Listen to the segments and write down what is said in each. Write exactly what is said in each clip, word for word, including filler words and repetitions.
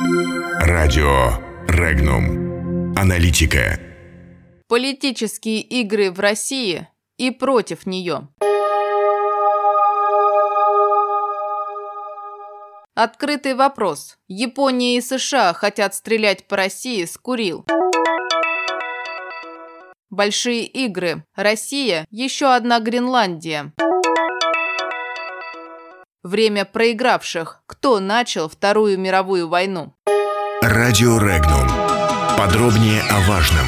Радио Регнум. Аналитика. Политические игры в России и против нее. Открытый вопрос. Япония и США хотят стрелять по России с Курил. Большие игры. Россия – еще одна Гренландия. Время проигравших. Кто начал Вторую мировую войну? Радио Регнум. Подробнее о важном.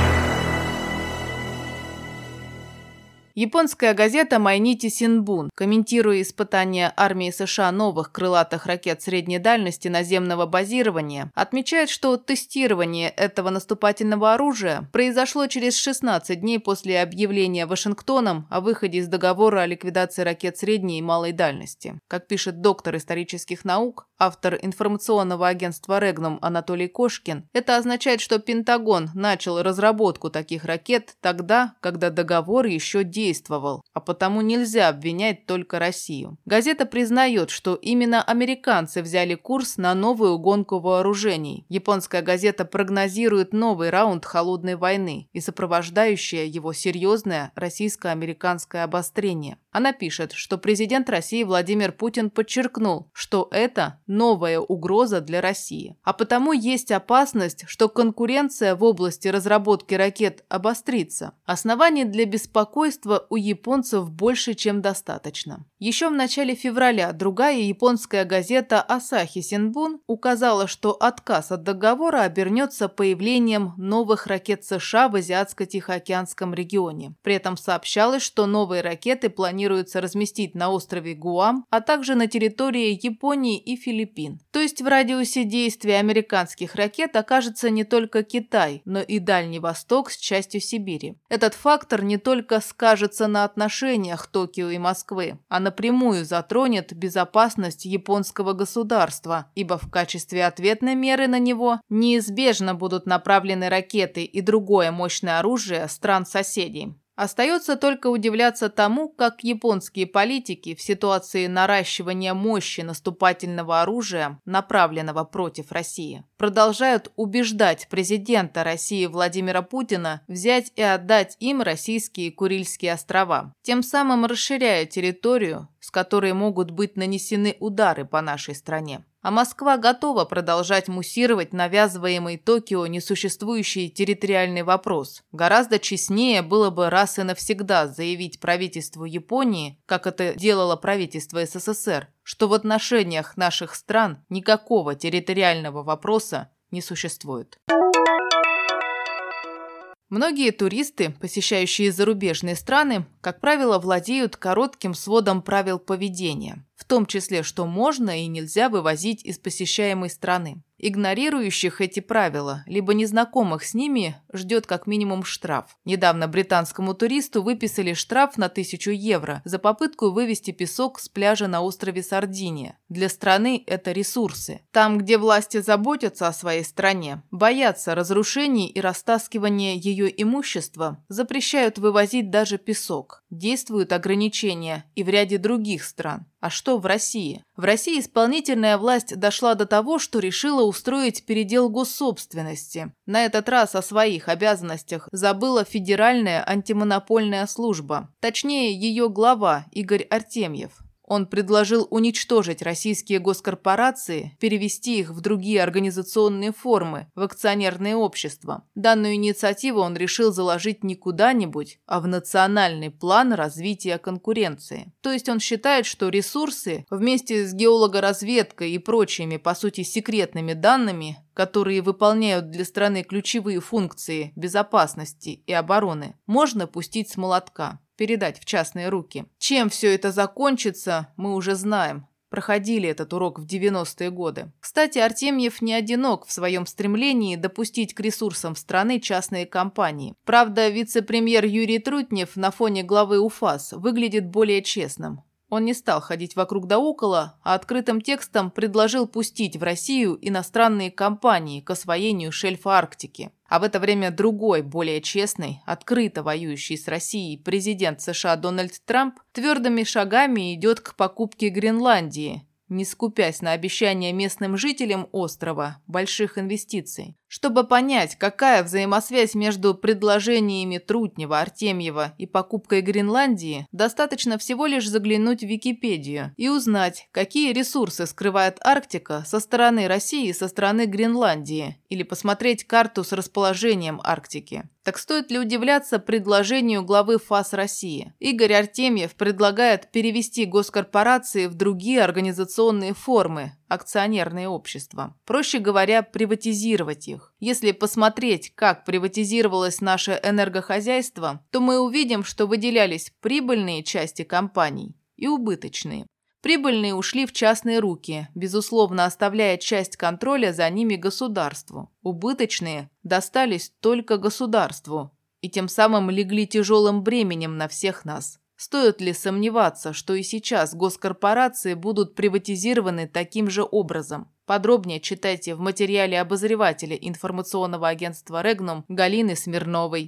Японская газета Майнити Синбун, комментируя испытания армии США новых крылатых ракет средней дальности наземного базирования, отмечает, что тестирование этого наступательного оружия произошло через шестнадцать дней после объявления Вашингтоном о выходе из договора о ликвидации ракет средней и малой дальности. Как пишет доктор исторических наук, автор информационного агентства Регнум Анатолий Кошкин, это означает, что Пентагон начал разработку таких ракет тогда, когда договор еще действовал. действовал, а потому нельзя обвинять только Россию. Газета признает, что именно американцы взяли курс на новую гонку вооружений. Японская газета прогнозирует новый раунд холодной войны и сопровождающее его серьезное российско-американское обострение. Она пишет, что президент России Владимир Путин подчеркнул, что это новая угроза для России. А потому есть опасность, что конкуренция в области разработки ракет обострится. Оснований для беспокойства у японцев больше, чем достаточно. Еще в начале февраля другая японская газета Асахи Синбун указала, что отказ от договора обернется появлением новых ракет США в Азиатско-Тихоокеанском регионе. При этом сообщалось, что новые ракеты планируется разместить на острове Гуам, а также на территории Японии и Филиппин. То есть в радиусе действия американских ракет окажется не только Китай, но и Дальний Восток с частью Сибири. Этот фактор не только скажется на отношениях Токио и Москвы, а напрямую затронет безопасность японского государства, ибо в качестве ответной меры на него неизбежно будут направлены ракеты и другое мощное оружие стран-соседей. Остается только удивляться тому, как японские политики в ситуации наращивания мощи наступательного оружия, направленного против России, продолжают убеждать президента России Владимира Путина взять и отдать им российские Курильские острова, тем самым расширяя территорию, с которой могут быть нанесены удары по нашей стране. А Москва готова продолжать муссировать навязываемый Токио несуществующий территориальный вопрос. Гораздо честнее было бы раз и навсегда заявить правительству Японии, как это делало правительство СССР, что в отношениях наших стран никакого территориального вопроса не существует. Многие туристы, посещающие зарубежные страны, как правило, владеют коротким сводом правил поведения, в том числе, что можно и нельзя вывозить из посещаемой страны. Игнорирующих эти правила, либо незнакомых с ними, ждет как минимум штраф. Недавно британскому туристу выписали штраф на тысячу евро за попытку вывезти песок с пляжа на острове Сардиния. Для страны это ресурсы. Там, где власти заботятся о своей стране, боятся разрушений и растаскивания ее имущества, запрещают вывозить даже песок. Действуют ограничения и в ряде других стран. А что в России? В России исполнительная власть дошла до того, что решила устроить передел госсобственности. На этот раз о своих обязанностях забыла Федеральная антимонопольная служба, точнее ее глава Игорь Артемьев. Он предложил уничтожить российские госкорпорации, перевести их в другие организационные формы, в акционерные общества. Данную инициативу он решил заложить не куда-нибудь, а в национальный план развития конкуренции. То есть он считает, что ресурсы вместе с геологоразведкой и прочими, по сути, секретными данными, которые выполняют для страны ключевые функции безопасности и обороны, можно пустить с молотка, передать в частные руки. Чем все это закончится, мы уже знаем. Проходили этот урок в девяностые годы. Кстати, Артемьев не одинок в своем стремлении допустить к ресурсам страны частные компании. Правда, вице-премьер Юрий Трутнев на фоне главы УФАС выглядит более честным. Он не стал ходить вокруг да около, а открытым текстом предложил пустить в Россию иностранные компании к освоению шельфа Арктики. А в это время другой, более честный, открыто воюющий с Россией президент США Дональд Трамп твердыми шагами идет к покупке Гренландии, не скупясь на обещания местным жителям острова больших инвестиций. Чтобы понять, какая взаимосвязь между предложениями Трутнева, Артемьева и покупкой Гренландии, достаточно всего лишь заглянуть в Википедию и узнать, какие ресурсы скрывает Арктика со стороны России и со стороны Гренландии, или посмотреть карту с расположением Арктики. Так стоит ли удивляться предложению главы ФАС России? Игорь Артемьев предлагает перевести госкорпорации в другие организационные формы, акционерные общества. Проще говоря, приватизировать их. Если посмотреть, как приватизировалось наше энергохозяйство, то мы увидим, что выделялись прибыльные части компаний и убыточные. Прибыльные ушли в частные руки, безусловно оставляя часть контроля за ними государству. Убыточные достались только государству и тем самым легли тяжелым бременем на всех нас. Стоит ли сомневаться, что и сейчас госкорпорации будут приватизированы таким же образом? Подробнее читайте в материале обозревателя информационного агентства «Регнум» Галины Смирновой.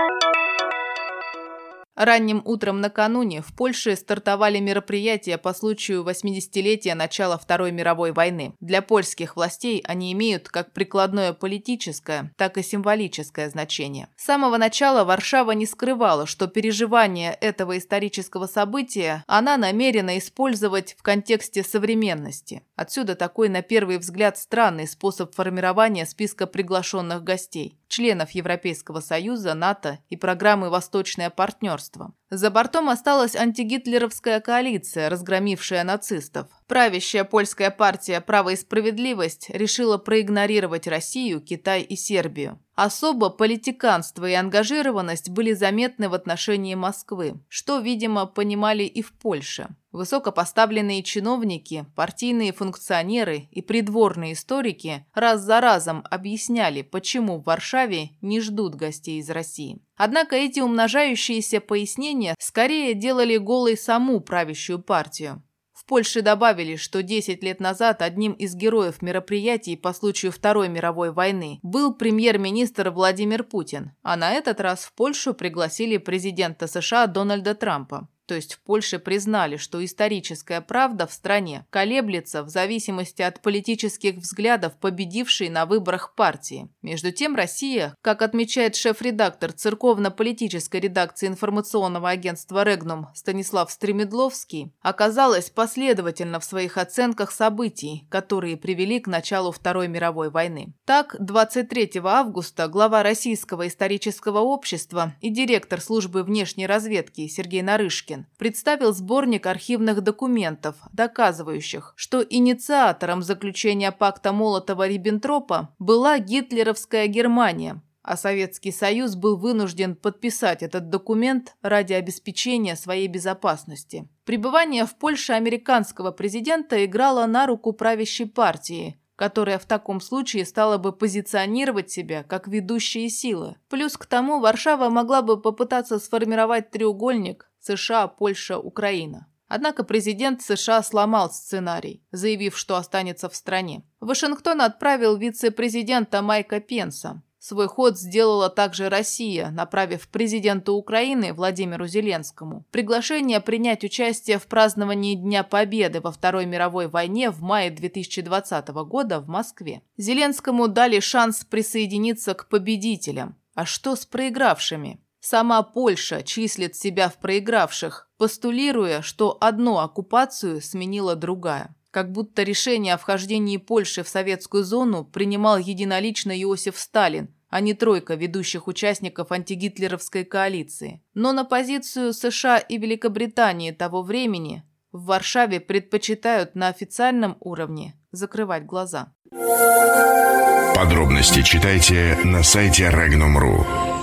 Ранним утром накануне в Польше стартовали мероприятия по случаю восьмидесятилетия начала Второй мировой войны. Для польских властей они имеют как прикладное политическое, так и символическое значение. С самого начала Варшава не скрывала, что переживание этого исторического события она намерена использовать в контексте современности. Отсюда такой, на первый взгляд, странный способ формирования списка приглашенных гостей, членов Европейского Союза, НАТО и программы «Восточное партнерство». За бортом осталась антигитлеровская коалиция, разгромившая нацистов. Правящая польская партия «Право и справедливость» решила проигнорировать Россию, Китай и Сербию. Особо политиканство и ангажированность были заметны в отношении Москвы, что, видимо, понимали и в Польше. Высокопоставленные чиновники, партийные функционеры и придворные историки раз за разом объясняли, почему в Варшаве не ждут гостей из России. Однако эти умножающиеся пояснения скорее делали голой саму правящую партию. В Польше добавили, что десять лет назад одним из героев мероприятий по случаю Второй мировой войны был премьер-министр Владимир Путин, а на этот раз в Польшу пригласили президента США Дональда Трампа. То есть в Польше признали, что историческая правда в стране колеблется в зависимости от политических взглядов победившей на выборах партии. Между тем Россия, как отмечает шеф-редактор церковно-политической редакции информационного агентства «Регнум» Станислав Стремедловский, оказалась последовательна в своих оценках событий, которые привели к началу Второй мировой войны. Так, двадцать третьего августа глава Российского исторического общества и директор службы внешней разведки Сергей Нарышкин представил сборник архивных документов, доказывающих, что инициатором заключения пакта Молотова-Риббентропа была гитлеровская Германия, а Советский Союз был вынужден подписать этот документ ради обеспечения своей безопасности. Пребывание в Польше американского президента играло на руку правящей партии, которая в таком случае стала бы позиционировать себя как ведущие силы. Плюс к тому Варшава могла бы попытаться сформировать треугольник США, Польша, Украина. Однако президент США сломал сценарий, заявив, что останется в стране. Вашингтон отправил вице-президента Майка Пенса. Свой ход сделала также Россия, направив президенту Украины Владимиру Зеленскому приглашение принять участие в праздновании Дня Победы во Второй мировой войне в мае две тысячи двадцатого года в Москве. Зеленскому дали шанс присоединиться к победителям. А что с проигравшими? Сама Польша числит себя в проигравших, постулируя, что одну оккупацию сменила другая. Как будто решение о вхождении Польши в советскую зону принимал единолично Иосиф Сталин, а не тройка ведущих участников антигитлеровской коалиции. Но на позицию США и Великобритании того времени в Варшаве предпочитают на официальном уровне закрывать глаза. Подробности читайте на сайте регнум точка ру.